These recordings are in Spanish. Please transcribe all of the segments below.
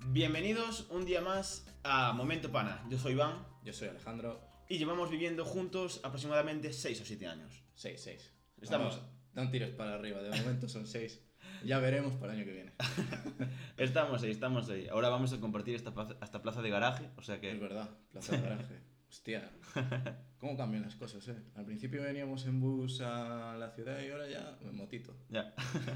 Bienvenidos un día más a Momento Pana. Yo soy Iván. Yo soy Alejandro. Y llevamos viviendo juntos aproximadamente 6 o 7 años. 6. Estamos... No tires para arriba, de momento son 6. Ya veremos para el año que viene. Estamos ahí. Ahora vamos a compartir esta plaza de garaje, o sea que... Es verdad, plaza de garaje. Hostia, cómo cambian las cosas, ¿eh? Al principio veníamos en bus a la ciudad y ahora ya en motito. Ya.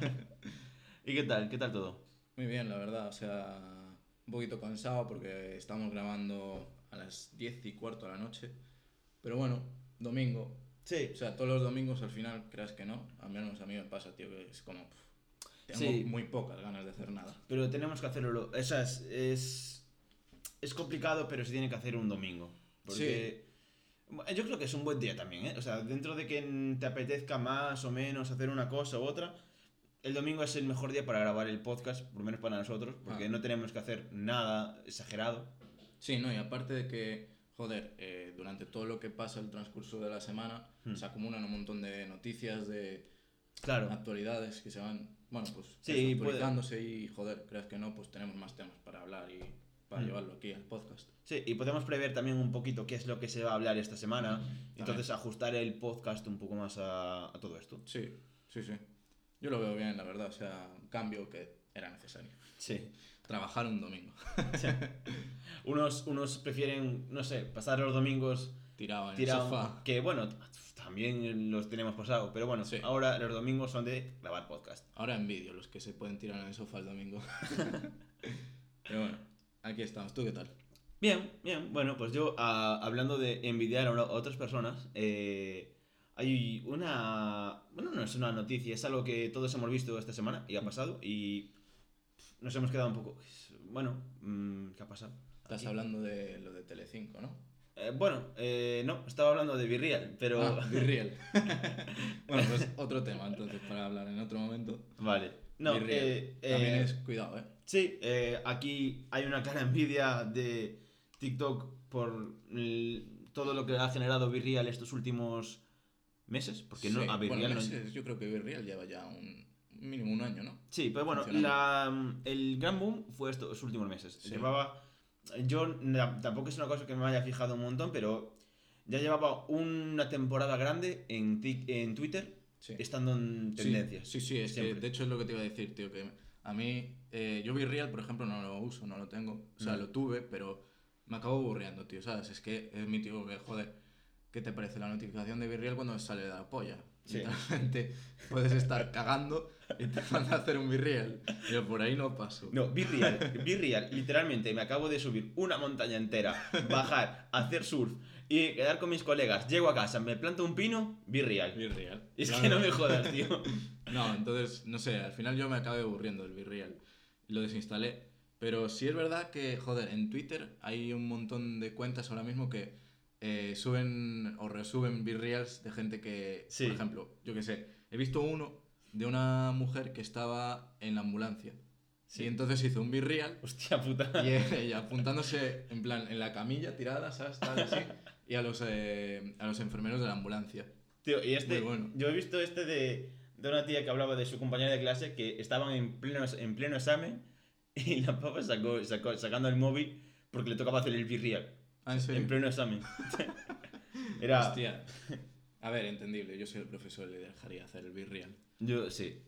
¿Y qué tal? ¿Qué tal todo? Muy bien, la verdad, o sea, un poquito cansado porque estamos grabando a las 10:15 de la noche. Pero bueno, domingo. Sí. O sea, todos los domingos al final, creas que no. Al menos a mí me pasa, tío, que es como... Tengo Sí. muy pocas ganas de hacer nada. Pero tenemos que hacerlo... Es complicado, pero se tiene que hacer un domingo. Porque... Sí. Yo creo que es un buen día también, ¿eh? O sea, dentro de que te apetezca más o menos hacer una cosa u otra... El domingo es el mejor día para grabar el podcast, por lo menos para nosotros, porque no tenemos que hacer nada exagerado. Sí, no, y aparte de que, joder, durante todo lo que pasa el transcurso de la semana, se acumulan un montón de noticias, de actualidades que se van, bueno, pues sí, actualizándose y, joder, creas que no, pues tenemos más temas para hablar y para llevarlo aquí al podcast. Sí, y podemos prever también un poquito qué es lo que se va a hablar esta semana, entonces ajustar el podcast un poco más a todo esto. Sí. Yo lo veo bien, la verdad, o sea, un cambio que era necesario. Sí. Trabajar un domingo. Sí. Unos prefieren, no sé, pasar los domingos tirado en el sofá. Que bueno, también los tenemos pasado, pero bueno, sí. Ahora los domingos son de grabar podcast. Ahora envidio los que se pueden tirar en el sofá el domingo. Pero bueno, aquí estamos. ¿Tú qué tal? Bien. Bueno, pues yo, hablando de envidiar a otras personas, hay una... Bueno, no es una noticia, es algo que todos hemos visto esta semana y ha pasado y nos hemos quedado un poco... Bueno, ¿qué ha pasado? Estás hablando de lo de Telecinco, ¿no? No, estaba hablando de Virreal, pero... Virreal. Bueno, pues otro tema entonces para hablar en otro momento. Vale. No, también es cuidado, ¿eh? Sí, aquí hay una clara envidia de TikTok por todo lo que ha generado Virreal estos últimos... ¿Meses? Porque no, a Virreal meses, yo creo que Virreal lleva ya mínimo un año, ¿no? Sí, pero bueno, el gran boom fue estos últimos meses. Sí. Yo tampoco es una cosa que me haya fijado un montón, pero ya llevaba una temporada grande en Twitter, estando en tendencias. Sí, es siempre. Que de hecho es lo que te iba a decir, tío, que a mí, yo Virreal, por ejemplo, no lo uso, no lo tengo, o sea, lo tuve, pero me acabo aburriendo, tío, ¿sabes? Es que es mi tío que, joder... ¿Qué te parece la notificación de Virreal cuando sale de la polla? Sí. Literalmente puedes estar cagando y te van a hacer un Virreal. Yo por ahí no paso. No, Virreal, literalmente me acabo de subir una montaña entera, bajar, hacer surf y quedar con mis colegas. Llego a casa, me planto un pino, Virreal. Es claro. Que no me jodas, tío. No, entonces, no sé, al final yo me acabé aburriendo del Virreal y lo desinstalé. Pero sí es verdad que, joder, en Twitter hay un montón de cuentas ahora mismo que... suben o resuben Virreals de gente que, por ejemplo, yo que sé, he visto uno de una mujer que estaba en la ambulancia y entonces hizo un Virreal, hostia puta, y ella apuntándose en plan en la camilla tirada, ¿sabes? Tal, así, y a los enfermeros de la ambulancia. Tío, y bueno. Yo he visto de una tía que hablaba de su compañera de clase que estaban en pleno examen y la papa sacando el móvil porque le tocaba hacer el Virreal. En pleno examen. Era... Hostia. A ver, entendible. Yo soy el profesor y le dejaría hacer el Virreal. Yo, sí.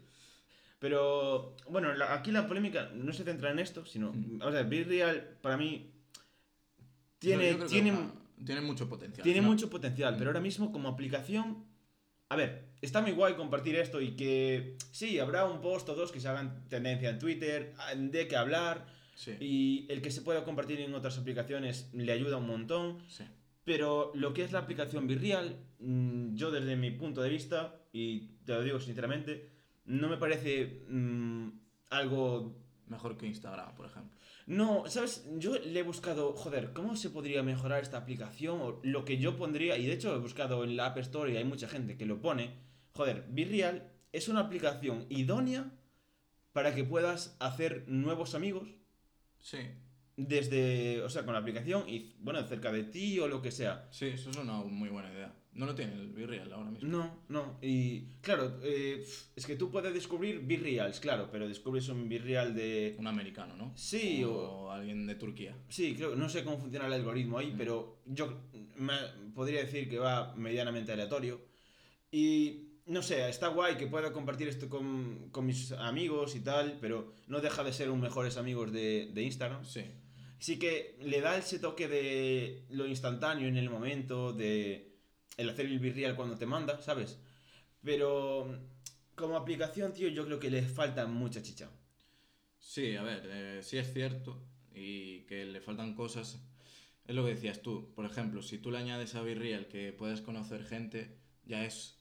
Pero, bueno, aquí la polémica no se centra en esto, sino... O sea, Virreal, para mí, tiene mucho potencial. Tiene mucho potencial, pero ahora mismo, como aplicación... A ver, está muy guay compartir esto y que... Sí, habrá un post o dos que se hagan tendencia en Twitter, de qué hablar... Sí. Y el que se pueda compartir en otras aplicaciones le ayuda un montón. Sí. Pero lo que es la aplicación Virreal, yo desde mi punto de vista, y te lo digo sinceramente, no me parece algo... Mejor que Instagram, por ejemplo. No, ¿sabes? Yo le he buscado, joder, ¿cómo se podría mejorar esta aplicación? O lo que yo pondría, y de hecho he buscado en la App Store y hay mucha gente que lo pone. Joder, Virreal es una aplicación idónea para que puedas hacer nuevos amigos. Sí. Desde, o sea, con la aplicación y, bueno, cerca de ti o lo que sea. Sí, eso es una muy buena idea. No lo tiene el Virreal ahora mismo. No. Y claro, es que tú puedes descubrir Virreals, claro, pero descubres un Virreal de... Un americano, ¿no? Sí, o alguien de Turquía. Sí, creo, no sé cómo funciona el algoritmo ahí, pero yo podría decir que va medianamente aleatorio. Y no sé, está guay que pueda compartir esto con mis amigos y tal, pero no deja de ser un mejores amigos de Instagram. Sí. Sí que le da ese toque de lo instantáneo en el momento, de el hacer el virreal cuando te manda, ¿sabes? Pero como aplicación, tío, yo creo que le falta mucha chicha. Sí, a ver, sí es cierto y que le faltan cosas. Es lo que decías tú. Por ejemplo, si tú le añades a Virreal que puedes conocer gente, ya es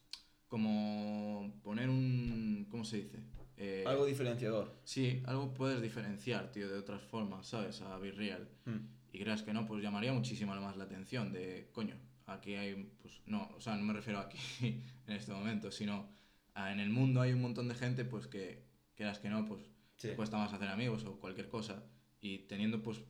como poner un... ¿Cómo se dice? Algo diferenciador. Sí, algo puedes diferenciar, tío, de otras formas, ¿sabes? A Virreal. Y creas que no, pues llamaría muchísimo más la atención de, coño, aquí hay, pues no, o sea, no me refiero aquí en este momento, sino en el mundo hay un montón de gente, pues que creas que no, pues Sí. te cuesta más hacer amigos o cualquier cosa. Y teniendo, pues,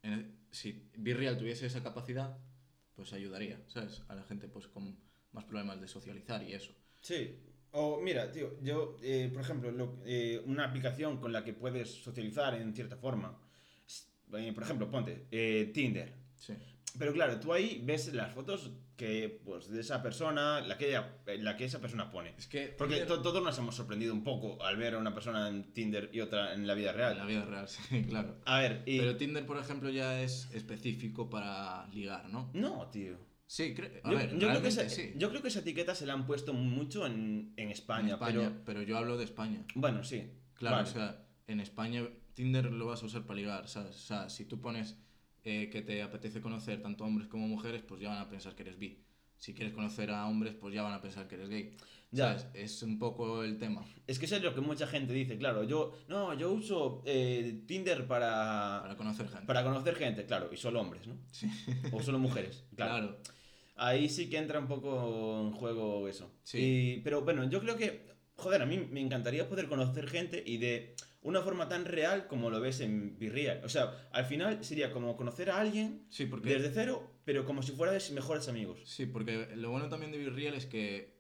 si Virreal tuviese esa capacidad, pues ayudaría, ¿sabes? A la gente, pues, con más problemas de socializar y eso. Sí. O mira, tío, yo, por ejemplo, una aplicación con la que puedes socializar en cierta forma. Por ejemplo, ponte Tinder. Sí. Pero claro, tú ahí ves las fotos que, pues, de esa persona, la que esa persona pone. Es que Porque Tinder... todos nos hemos sorprendido un poco al ver a una persona en Tinder y otra en la vida En real. la vida real, sí, claro. A ver, Pero Tinder, por ejemplo, ya es específico para ligar, ¿no? No, tío. Sí, a Yo, ver, yo creo que realmente sí. yo creo que esa etiqueta se la han puesto mucho en En España, España, pero yo hablo de España. Bueno, sí. Claro, Vale. o sea, en España Tinder lo vas a usar para ligar, ¿sabes? O sea, si tú pones que te apetece conocer tanto hombres como mujeres, pues ya van a pensar que eres bi. Si quieres conocer a hombres, pues ya van a pensar que eres gay. Ya. ¿Sabes? Es un poco el tema. Es que eso es lo que mucha gente dice, claro. Yo uso Tinder Para conocer gente. para conocer gente, claro, y solo hombres, ¿no? Sí. O solo mujeres, claro. Claro. Ahí sí que entra un poco en juego eso. Sí. Pero bueno, yo creo que, joder, a mí me encantaría poder conocer gente y de una forma tan real como lo ves en Virreal. O sea, al final sería como conocer a alguien Sí, porque... desde cero, pero como si fueras mejores amigos. Sí, porque lo bueno también de Virreal es que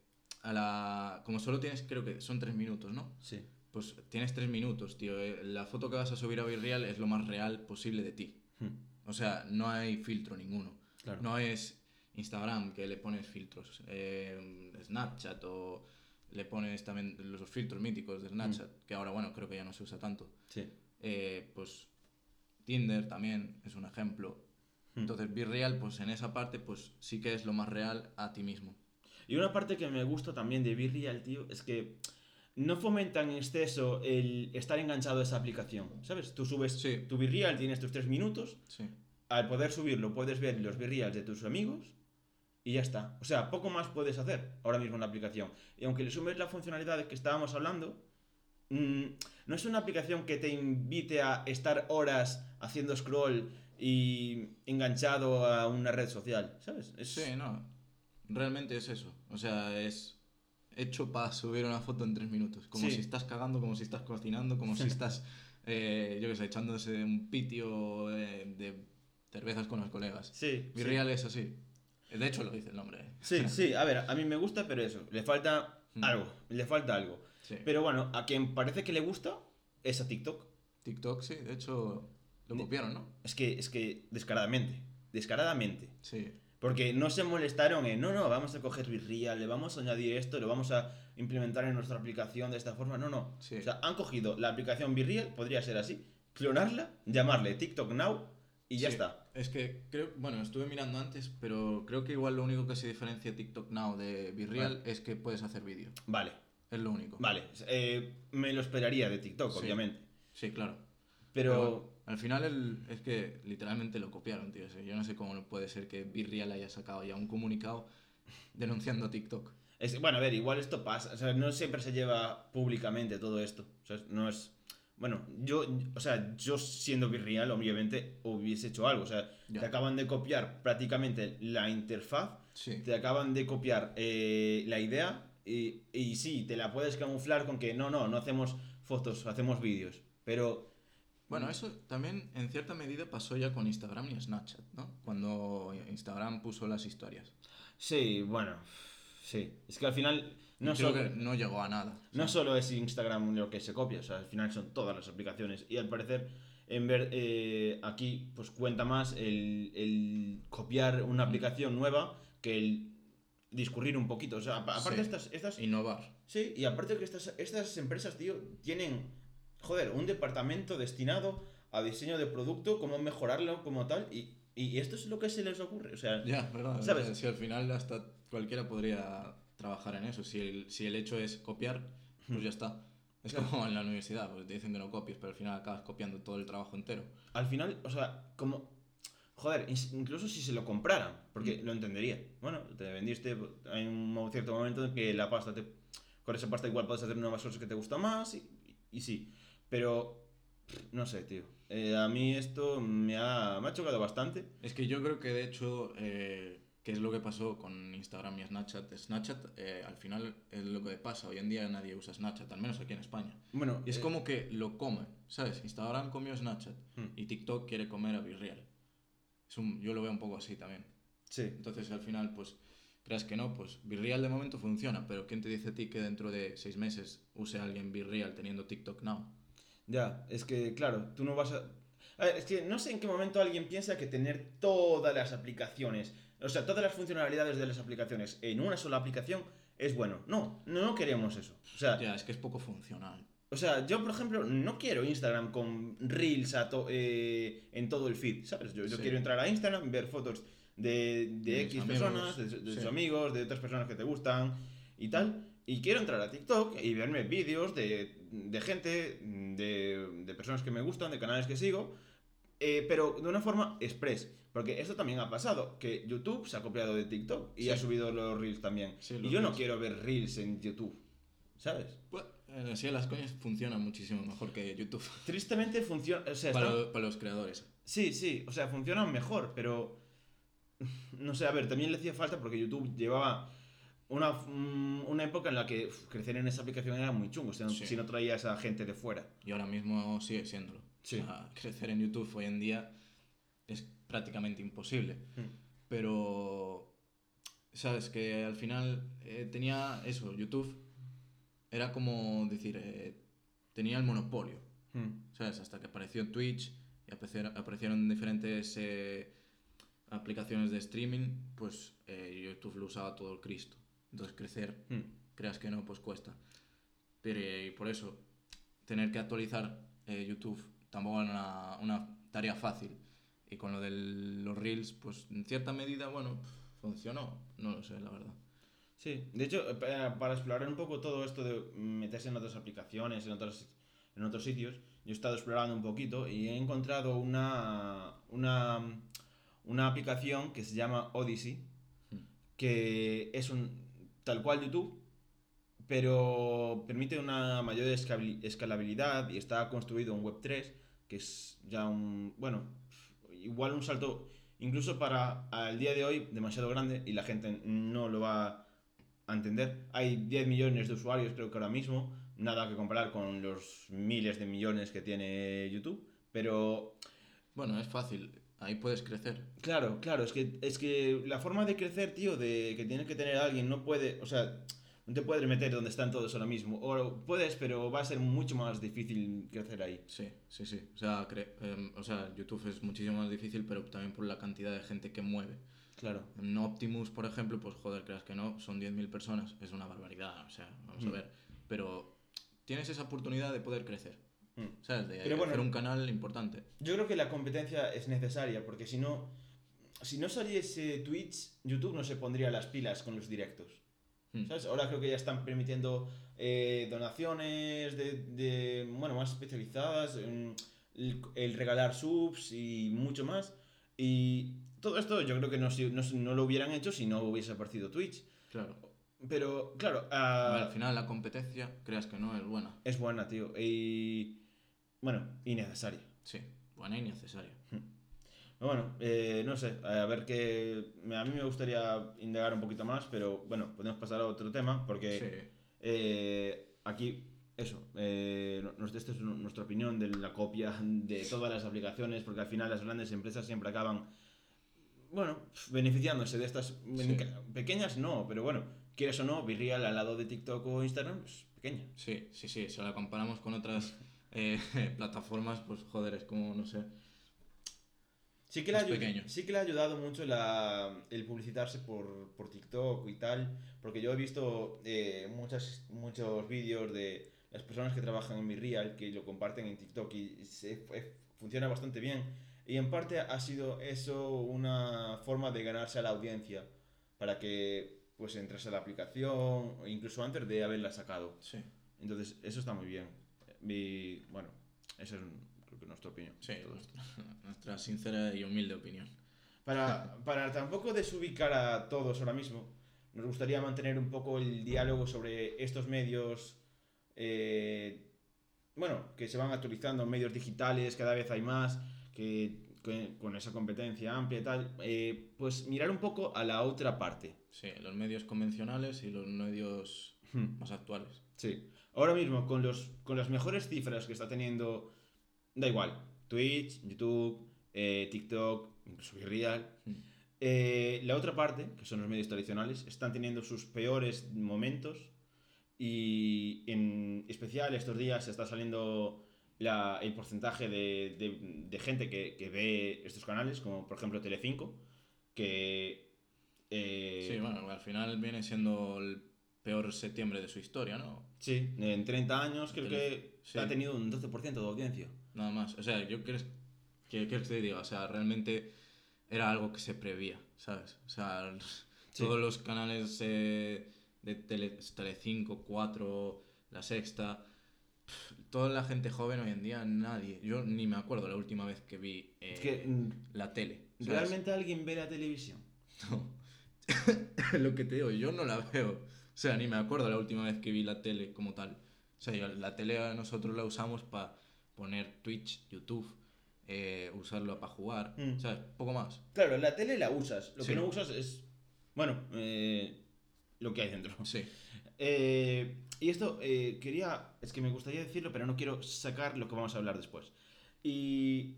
como solo tienes, creo que son 3 minutos, ¿no? Sí. Pues tienes 3 minutos, tío. La foto que vas a subir a Virreal es lo más real posible de ti. O sea, no hay filtro ninguno. Claro. No es Instagram que le pones filtros. Snapchat o le pones también los filtros míticos de Snapchat, que ahora, bueno, creo que ya no se usa tanto. Sí. Pues Tinder también es un ejemplo. Entonces, Virreal, pues en esa parte, pues sí que es lo más real a ti mismo. Y una parte que me gusta también de Virreal, tío, es que no fomenta en exceso el estar enganchado a esa aplicación. ¿Sabes? Tú subes Sí. tu Virreal, tienes tus 3 minutos. Sí. Al poder subirlo, puedes ver los Virreals de tus amigos. Y ya está. O sea, poco más puedes hacer ahora mismo en la aplicación. Y aunque le sumes la funcionalidad de que estábamos hablando, no es una aplicación que te invite a estar horas haciendo scroll y enganchado a una red social, ¿sabes? Sí, no. Realmente es eso. O sea, es hecho para subir una foto en 3 minutos. Como Sí. si estás cagando, como si estás cocinando, como si estás, yo qué sé, echándose un pitio de cervezas con los colegas. Sí. Virreal es así. De hecho, lo dice el nombre. Sí, a ver, a mí me gusta, pero eso, le falta algo. Sí. Pero bueno, a quien parece que le gusta es a TikTok. TikTok, sí, de hecho, lo copiaron, ¿no? Es que descaradamente. Sí. Porque no se molestaron en, no, vamos a coger Virreal, le vamos a añadir esto, lo vamos a implementar en nuestra aplicación de esta forma. No. Sí. O sea, han cogido la aplicación Virreal, podría ser así, clonarla, llamarle TikTok Now y ya Sí. está. Es que creo, bueno, estuve mirando antes, pero creo que igual lo único que se diferencia TikTok Now de Virreal es que puedes hacer vídeo. Vale. Es lo único. Vale. Me lo esperaría de TikTok, Sí. obviamente. Sí, claro. Pero al final es que literalmente lo copiaron, tío. O sea, yo no sé cómo puede ser que Virreal haya sacado ya un comunicado denunciando a TikTok. bueno, a ver, igual esto pasa. O sea, no siempre se lleva públicamente todo esto. O sea, no es... Bueno, yo siendo Virreal, obviamente, hubiese hecho algo. O sea, Ya. te acaban de copiar prácticamente la interfaz, Sí. te acaban de copiar la idea y sí, te la puedes camuflar con que no hacemos fotos, hacemos vídeos. Pero Bueno, eso también en cierta medida pasó ya con Instagram y Snapchat, ¿no? Cuando Instagram puso las historias. Sí, bueno, sí. Es que al final no Creo solo, que no llegó a nada. O no sea, solo es Instagram lo que se copia, o sea, al final son todas las aplicaciones. Y al parecer, en ver aquí, pues cuenta más el copiar una aplicación nueva que el discurrir un poquito. O sea, aparte sí, estas. innovar. Sí, y aparte que estas empresas, tío, tienen, joder, un departamento destinado a diseño de producto, cómo mejorarlo como tal, y esto es lo que se les ocurre, o sea, Ya, verdad. O ¿sabes? sea, si al final hasta cualquiera podría trabajar en eso. Si el hecho es copiar, pues ya está. Es Claro. como en la universidad, pues te dicen que no copies, pero al final acabas copiando todo el trabajo entero. Al final, o sea, como, joder, incluso si se lo compraran, porque lo entendería. Bueno, te vendiste, hay un cierto momento en que la pasta, con esa pasta igual puedes hacer nuevas cosas que te gustan más, y sí, pero, no sé, tío. A mí esto me ha chocado bastante. Es que yo creo que de hecho, ¿qué es lo que pasó con Instagram y Snapchat? Snapchat, al final, es lo que pasa. Hoy en día nadie usa Snapchat, al menos aquí en España. Bueno, Y es como que lo comen, ¿sabes? Instagram comió Snapchat y TikTok quiere comer a Virreal. Yo lo veo un poco así también. sí. Entonces, al final, pues, creas que no, pues Virreal de momento funciona, pero ¿quién te dice a ti que dentro de 6 meses use alguien Virreal teniendo TikTok Now? Ya, es que, claro, tú no vas a... A ver, es que no sé en qué momento alguien piensa que tener todas las aplicaciones, o sea, todas las funcionalidades de las aplicaciones en una sola aplicación es bueno. No, no queremos eso. Ya, es que es poco funcional. O sea, yo, por ejemplo, no quiero Instagram con Reels en todo el feed, ¿sabes? Yo Sí. quiero entrar a Instagram, ver fotos de Mis X amigos, personas, de sus sí. amigos, de otras personas que te gustan y tal. Y quiero entrar a TikTok y verme vídeos de gente, de personas que me gustan, de canales que sigo, pero de una forma express. Porque esto también ha pasado, que YouTube se ha copiado de TikTok y Sí. ha subido los Reels también. Sí, Y los yo no Reels. quiero ver Reels en YouTube, ¿sabes? Bueno, así las coñas funcionan muchísimo mejor que YouTube. Tristemente funciona, o sea, Para los creadores. sí, sí, o sea, funcionan mejor, pero no sé, a ver, también le hacía falta porque YouTube llevaba una época en la que crecer en esa aplicación era muy chungo, Sí. si no traías a gente de fuera. Y ahora mismo sigue siéndolo. Sí. O sea, crecer en YouTube hoy en día es prácticamente imposible. Mm. Pero, sabes que al final tenía eso, YouTube era como decir, tenía el monopolio, Mm. ¿sabes? Hasta que apareció Twitch y aparecieron diferentes aplicaciones de streaming, pues YouTube lo usaba todo el Cristo. Entonces crecer, Mm. creas que no, pues cuesta. Pero y por eso, tener que actualizar YouTube tampoco era una tarea fácil. Y con lo de los Reels, pues en cierta medida, bueno, funcionó. No lo sé, la verdad. Sí, de hecho, para explorar un poco todo esto de meterse en otras aplicaciones, en otros sitios, yo he estado explorando un poquito y he encontrado una aplicación que se llama Odyssey, que es tal cual YouTube, pero permite una mayor escalabilidad y está construido en Web3, que es ya bueno, igual un salto incluso para al día de hoy demasiado grande y la gente no lo va a entender. Hay 10 millones de usuarios creo que ahora mismo, nada que comparar con los miles de millones que tiene YouTube, pero Bueno, es fácil. Ahí puedes crecer. claro, claro, es que la forma de crecer, tío, de que tiene que tener alguien, no puede, o sea, no te puedes meter donde están todos ahora mismo. O puedes, pero va a ser mucho más difícil crecer ahí. Sí, sí, sí. O sea, YouTube es muchísimo más difícil, pero también por la cantidad de gente que mueve. Claro. En Optimus, por ejemplo, pues joder, creas que no, son 10.000 personas. Es una barbaridad, o sea, vamos a ver. Pero tienes esa oportunidad de poder crecer. ¿Sabes? De Pero bueno, hacer un canal importante. yo creo que la competencia es necesaria, porque si no saliese Twitch, YouTube no se pondría las pilas con los directos. ¿Sabes? Ahora creo que ya están permitiendo donaciones bueno, más especializadas, el regalar subs y mucho más. Y todo esto yo creo que no lo hubieran hecho si no hubiese aparecido Twitch. Claro. Pero, claro, A ver, al final la competencia, creas que no, es buena. es buena, tío. Y, bueno, y necesaria. Sí, buena y necesaria. Bueno, no sé, a ver qué... A mí me gustaría indagar un poquito más, pero bueno, podemos pasar a otro tema, porque Sí. aquí, eso, esta es nuestra opinión de la copia de todas las aplicaciones, porque al final las grandes empresas siempre acaban, bueno, beneficiándose de estas pequeñas, no, pero bueno, quieres o no, Virreal al lado de TikTok o Instagram, pues pequeña. Sí, si la comparamos con otras plataformas, pues joder, es como, no sé, Sí que, sí que le ha ayudado mucho el publicitarse por TikTok y tal, porque yo he visto muchos vídeos de las personas que trabajan en Virreal que lo comparten en TikTok y funciona bastante bien. Y en parte ha sido eso una forma de ganarse a la audiencia para que pues entrase a la aplicación, o incluso antes de haberla sacado. Sí. Entonces, eso está muy bien. Y bueno, esa es creo que nuestra opinión. Sí, nuestra sincera y humilde opinión. Para tampoco desubicar a todos ahora mismo, nos gustaría mantener un poco el diálogo sobre estos medios, bueno, que se van actualizando, medios digitales, cada vez hay más, que con esa competencia amplia y tal, pues mirar un poco a la otra parte. Sí, los medios convencionales y los medios más actuales. Sí, ahora mismo con las mejores cifras que está teniendo, da igual, Twitch, YouTube, TikTok, incluso Virreal. La otra parte, que son los medios tradicionales, están teniendo sus peores momentos y en especial estos días está saliendo el porcentaje de gente que ve estos canales, como por ejemplo Telecinco, que... Sí, bueno, al final viene siendo el peor septiembre de su historia, ¿no? Sí, en 30 años creo que ha tenido un 12% de audiencia. Nada más, o sea, yo quieres que te diga, o sea, realmente era algo que se prevía, ¿sabes? O sea, todos los canales de Telecinco, 4, La Sexta, toda la gente joven hoy en día, nadie, yo ni me acuerdo la última vez que vi la tele. ¿Sabes? ¿Realmente alguien ve la televisión? No, lo que te digo, yo no la veo, o sea, ni me acuerdo la última vez que vi la tele como tal. O sea, la tele nosotros la usamos para poner Twitch, YouTube, usarlo para jugar, ¿sabes? Poco más. Claro, la tele la usas, lo que no usas es, bueno, lo que hay dentro. Sí. Y esto es que me gustaría decirlo, pero no quiero sacar lo que vamos a hablar después. Y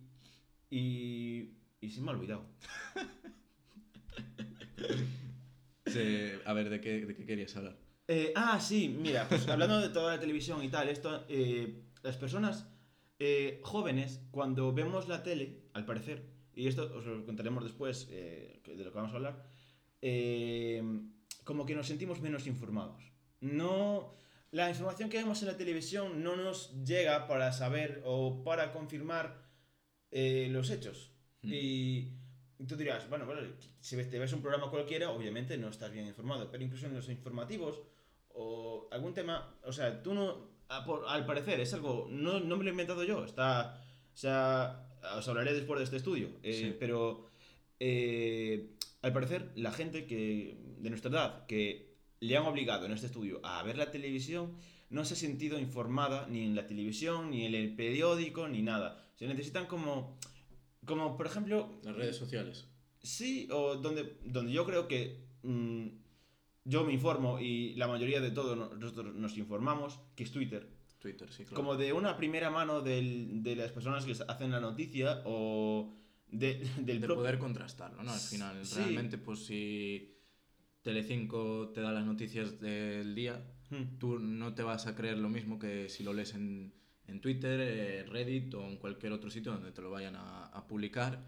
se me ha olvidado. A ver, ¿de qué querías hablar? Sí, mira, pues hablando de toda la televisión y tal, las personas jóvenes, cuando vemos la tele, al parecer, y esto os lo contaremos después de lo que vamos a hablar, como que nos sentimos menos informados. No, la información que vemos en la televisión no nos llega para saber o para confirmar los hechos. Y tú dirás, bueno, si te ves un programa cualquiera, obviamente no estás bien informado, pero incluso en los informativos o algún tema, o sea, tú no, al parecer es algo, no me lo he inventado yo, o sea, os hablaré después de este estudio, pero al parecer la gente de nuestra edad que le han obligado en este estudio a ver la televisión no se ha sentido informada ni en la televisión, ni en el periódico, ni nada. Se necesitan como por ejemplo... Las redes sociales. Sí, o donde yo creo que yo me informo y la mayoría de todos nosotros nos informamos, que es Twitter. Twitter, sí, claro. Como de una primera mano de las personas que hacen la noticia o del poder contrastarlo, ¿no? Al final, realmente, pues si Telecinco te da las noticias del día, tú no te vas a creer lo mismo que si lo lees en Twitter, Reddit o en cualquier otro sitio donde te lo vayan a publicar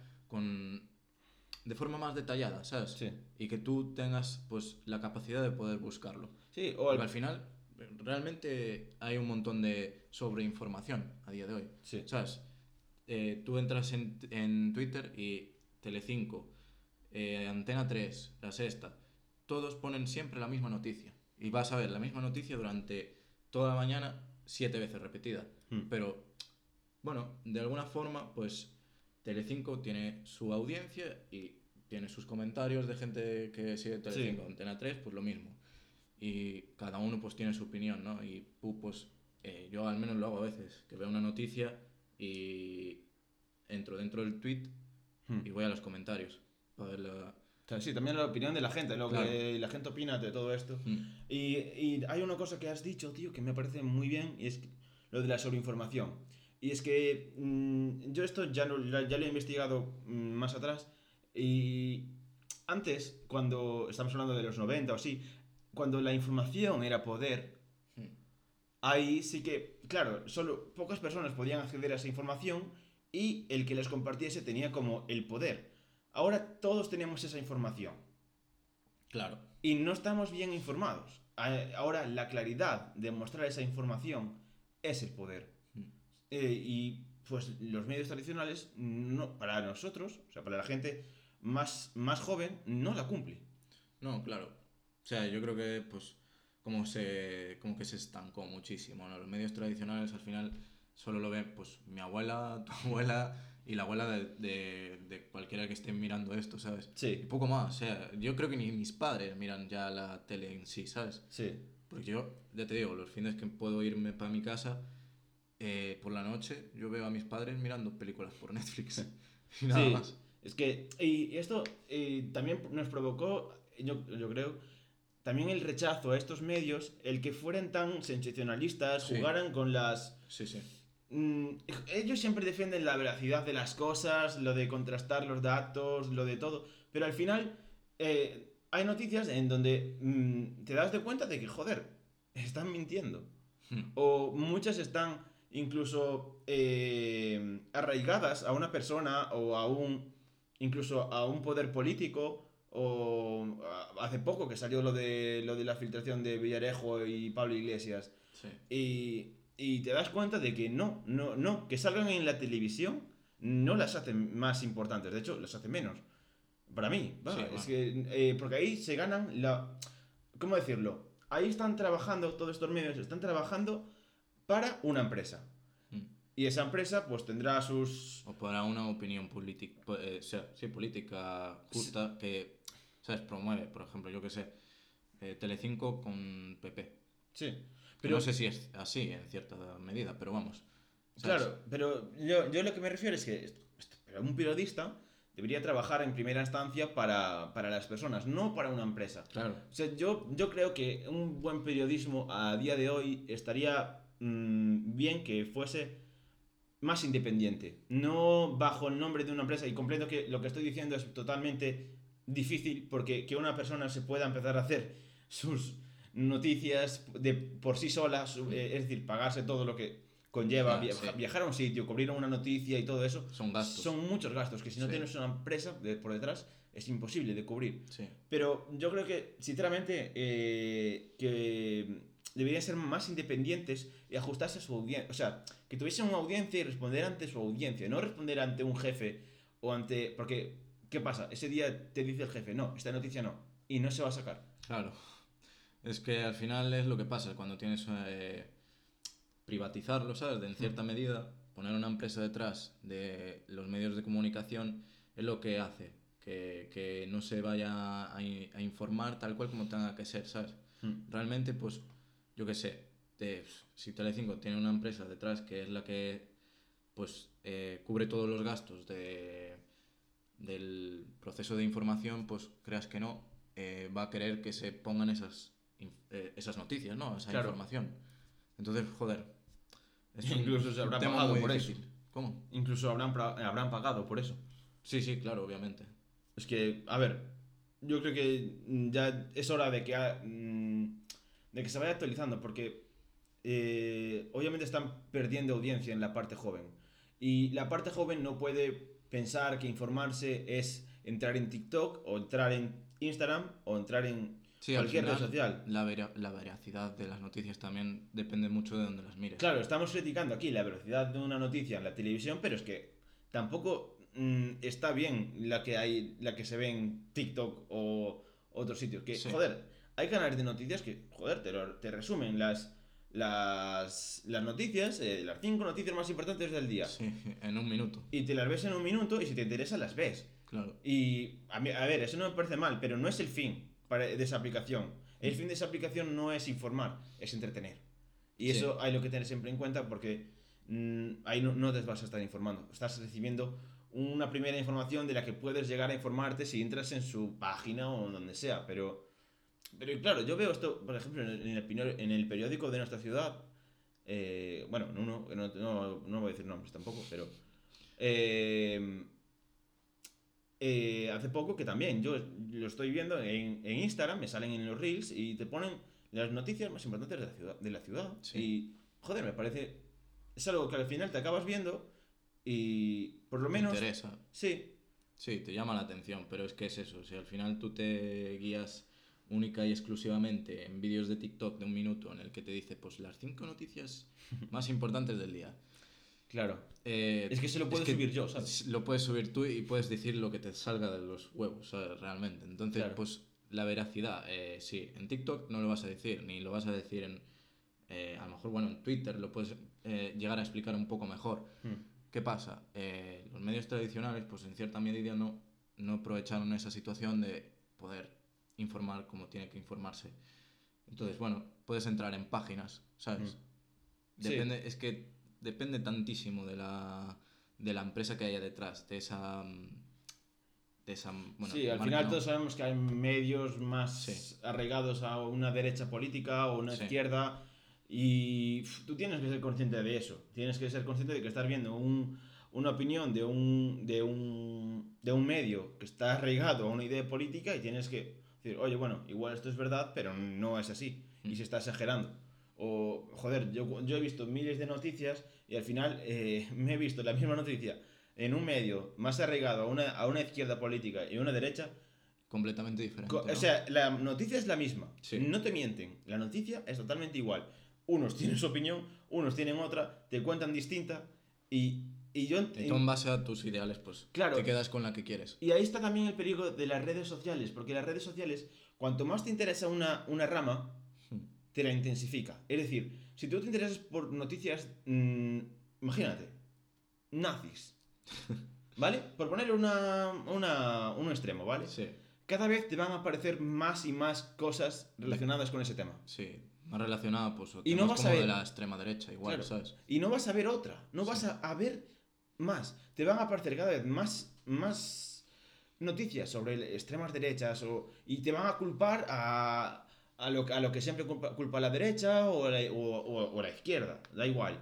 de forma más detallada, ¿sabes? Sí. Y que tú tengas pues la capacidad de poder buscarlo. Sí, porque al final realmente hay un montón de sobreinformación a día de hoy, sí. ¿sabes? Tú entras en Twitter y Telecinco, Antena 3, La Sexta, todos ponen siempre la misma noticia. Y vas a ver la misma noticia durante toda la mañana 7 veces repetida. Pero, bueno, de alguna forma, pues Telecinco tiene su audiencia y tiene sus comentarios de gente que sigue Telecinco. Sí. Antena 3, pues lo mismo. Y cada uno pues tiene su opinión, ¿no? Y pues yo al menos lo hago a veces, que veo una noticia y entro dentro del tweet y voy a los comentarios para ver Sí, también la opinión de la gente, lo que la gente opina de todo esto. Y hay una cosa que has dicho, tío, que me parece muy bien, y es lo de la sobreinformación. Y es que yo esto ya lo he investigado más atrás. Y antes, cuando estamos hablando de los 90 o así, cuando la información era poder, ahí sí que, claro, solo pocas personas podían acceder a esa información y el que les compartiese tenía como el poder. Ahora todos tenemos esa información. Claro. Y no estamos bien informados. Ahora la claridad de mostrar esa información es el poder. Y pues los medios tradicionales, no, para nosotros, o sea, para la gente más joven, no la cumple. No, claro. O sea, yo creo que pues como que se estancó muchísimo, ¿no? Los medios tradicionales al final solo lo ven pues mi abuela, tu abuela y la abuela de cualquiera que esté mirando esto, ¿sabes? Sí. Y poco más, o sea, yo creo que ni mis padres miran ya la tele en sí, ¿sabes? Sí. Porque yo, ya te digo, los fines que puedo irme para mi casa, por la noche yo veo a mis padres mirando películas por Netflix y nada Sí, más. es que y esto también nos provocó, yo creo, también el rechazo a estos medios, el que fueran tan sensacionalistas, Sí, jugaran con las... sí, sí. Mm, ellos siempre defienden la veracidad de las cosas, lo de contrastar los datos, lo de todo, pero al final hay noticias en donde te das de cuenta de que, joder, están mintiendo. O muchas están incluso arraigadas a una persona o incluso a un poder político. O hace poco que salió lo de la filtración de Villarejo y Pablo Iglesias. Sí. Y te das cuenta de que no, que salgan en la televisión no las hace más importantes, de hecho las hace menos. Para mí, va, Sí, es bueno. que porque ahí se ganan la... ¿Cómo decirlo? Ahí están trabajando, todos estos medios están trabajando para una empresa. Mm. Y esa empresa pues tendrá sus... O para una opinión política, sí, política justa que, ¿sabes? Promueve, por ejemplo, yo que sé, Telecinco con PP. Sí, Que pero... no sé si es así en cierta medida, pero vamos. ¿Sabes? Claro, pero yo lo que me refiero es que pero un periodista debería trabajar en primera instancia para las personas, no para una empresa. Claro. O sea, yo creo que un buen periodismo a día de hoy estaría bien que fuese más independiente, no bajo el nombre de una empresa. Y comprendo que lo que estoy diciendo es totalmente difícil porque que una persona se pueda empezar a hacer sus noticias por sí sola, es decir, pagarse todo lo que conlleva Ya, sí. viajar a un sitio, cubrir una noticia y todo eso, Son gastos. son muchos gastos que si no Sí. tienes una empresa por detrás es imposible de cubrir. Sí. Pero yo creo que, sinceramente, que deberían ser más independientes y ajustarse a su audiencia. O sea, que tuviesen una audiencia y responder ante su audiencia, no responder ante un jefe o ante... Porque, ¿qué pasa? Ese día te dice el jefe, no, esta noticia no, y no se va a sacar. Claro. Es que al final es lo que pasa cuando tienes privatizarlo, ¿sabes? En cierta medida, poner una empresa detrás de los medios de comunicación es lo que hace que no se vaya a informar tal cual como tenga que ser, ¿sabes? Realmente, pues, yo qué sé, si Telecinco tiene una empresa detrás que es la que, pues, cubre todos los gastos del proceso de información, pues, creas que no, va a querer que se pongan esas noticias, ¿no? Esa Claro. información. Entonces, joder. Es Incluso se un habrá tema pagado muy por difícil. eso. ¿Cómo? Incluso habrán pagado por eso. Sí, sí, claro, obviamente. Es que, a ver, yo creo que ya es hora de que se vaya actualizando, porque obviamente están perdiendo audiencia en la parte joven. Y la parte joven no puede pensar que informarse es entrar en TikTok o entrar en Instagram o entrar en Sí, al cualquier red final, social. la veracidad de las noticias también depende mucho de dónde las mires. Claro, estamos criticando aquí la velocidad de una noticia en la televisión, pero es que tampoco está bien la que se ve en TikTok o otros sitios. Que, Sí. joder, hay canales de noticias que, joder, te resumen las noticias, las 5 noticias más importantes del día. Sí, en un minuto. Y te las ves en un minuto y si te interesa las ves. Claro. Y a ver, eso no me parece mal, pero no es el fin de esa aplicación. El fin de esa aplicación no es informar, es entretener. Y Sí. eso hay lo que tener siempre en cuenta porque ahí no te vas a estar informando. Estás recibiendo una primera información de la que puedes llegar a informarte si entras en su página o donde sea. Pero claro, yo veo esto, por ejemplo, en el periódico de nuestra ciudad. bueno, no voy a decir nombres tampoco, pero hace poco que también yo lo estoy viendo en Instagram, me salen en los Reels y te ponen las noticias más importantes de la ciudad. Sí. Y, joder, me parece... Es algo que al final te acabas viendo y por lo Te menos... interesa. Sí, Sí, te llama la atención, pero es que es eso. Si al final tú te guías única y exclusivamente en vídeos de TikTok de 1 minuto en el que te dice pues las 5 noticias más importantes del día. claro. Es que se lo puedo que subir yo, ¿sabes? Lo puedes subir tú y puedes decir lo que te salga de los huevos, ¿sabes? Realmente. Entonces, Claro. pues la veracidad, sí, en TikTok no lo vas a decir, ni lo vas a decir en... a lo mejor, bueno, en Twitter lo puedes llegar a explicar un poco mejor. ¿Qué pasa? Los medios tradicionales, pues en cierta medida no aprovecharon esa situación de poder informar como tiene que informarse. Entonces, bueno, puedes entrar en páginas, ¿sabes? Depende, es que depende tantísimo de la empresa que haya detrás, de esa bueno, Sí, al marca, final ¿no? todos sabemos que hay medios más Sí. arraigados a una derecha política o una Sí. izquierda y tú tienes que ser consciente de eso. Tienes que ser consciente de que estás viendo una opinión de un medio que está arraigado a una idea política y tienes que decir, oye, bueno, igual esto es verdad, pero no es así y se está exagerando. O, joder, yo he visto miles de noticias y al final me he visto la misma noticia en un medio más arraigado a una izquierda política y una derecha. Completamente diferente, O ¿no? sea, la noticia es la misma. Sí. No te mienten. La noticia es totalmente igual. Unos tienen su opinión, unos tienen otra, te cuentan distinta y yo... Y tú en base a tus ideales, pues Claro. te quedas con la que quieres. Y ahí está también el peligro de las redes sociales, porque las redes sociales, cuanto más te interesa una rama, te la intensifica. Es decir, si tú te interesas por noticias, imagínate, nazis, ¿vale? Por poner un extremo, ¿vale? Sí, Cada vez te van a aparecer más y más cosas relacionadas con ese tema. sí. Más relacionada, pues, o Y no temas vas como a ver... de la extrema derecha, igual, Claro. ¿sabes? Y no vas a ver otra, no vas Sí. a ver más. Te van a aparecer cada vez más noticias sobre extremas derechas y te van a culpar a lo que siempre culpa la derecha o la izquierda, da igual.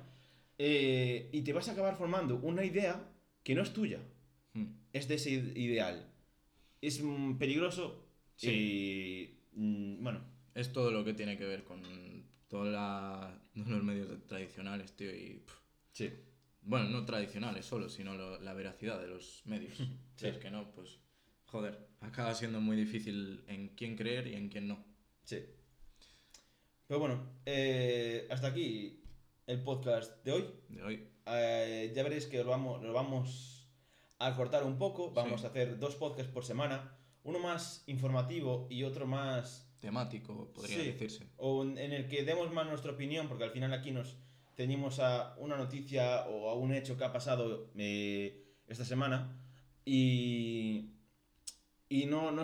Y te vas a acabar formando una idea que no es tuya, es de ese ideal. Es peligroso y bueno, Es todo lo que tiene que ver con todos los medios tradicionales, tío, y... sí. Bueno, no tradicionales solo, sino la veracidad de los medios. Si es que no, pues... Joder, acaba siendo muy difícil en quién creer y en quién no. Sí. Pero bueno, hasta aquí el podcast de hoy. De hoy. Ya veréis que lo vamos a cortar un poco. Vamos Sí. a hacer 2 podcasts por semana. Uno más informativo y otro más... Temático, podría decirse. O en el que demos más nuestra opinión, porque al final aquí nos ceñimos a una noticia o a un hecho que ha pasado esta semana. Y no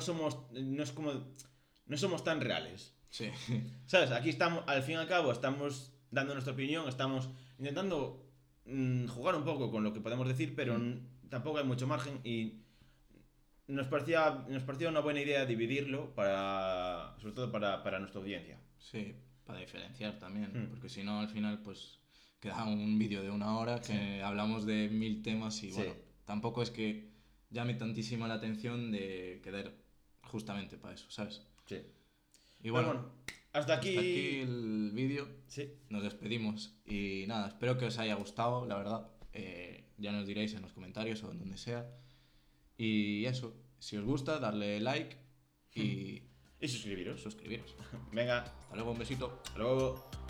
somos tan reales. Sí. ¿Sabes? Aquí estamos, al fin y al cabo, estamos dando nuestra opinión, estamos intentando jugar un poco con lo que podemos decir, pero tampoco hay mucho margen y nos parecía una buena idea dividirlo sobre todo para nuestra audiencia. Sí, para diferenciar también, porque si no al final pues queda un vídeo de 1 hora que hablamos de 1000 temas y bueno, tampoco es que llame tantísimo la atención de quedar justamente para eso, ¿sabes? Sí. Y bueno, hasta aquí el vídeo. Sí. Nos despedimos y nada, espero que os haya gustado, la verdad. Ya nos diréis en los comentarios o en donde sea. Y eso, si os gusta, darle like y suscribiros. suscribiros. Venga, Hasta luego, un besito. hasta luego.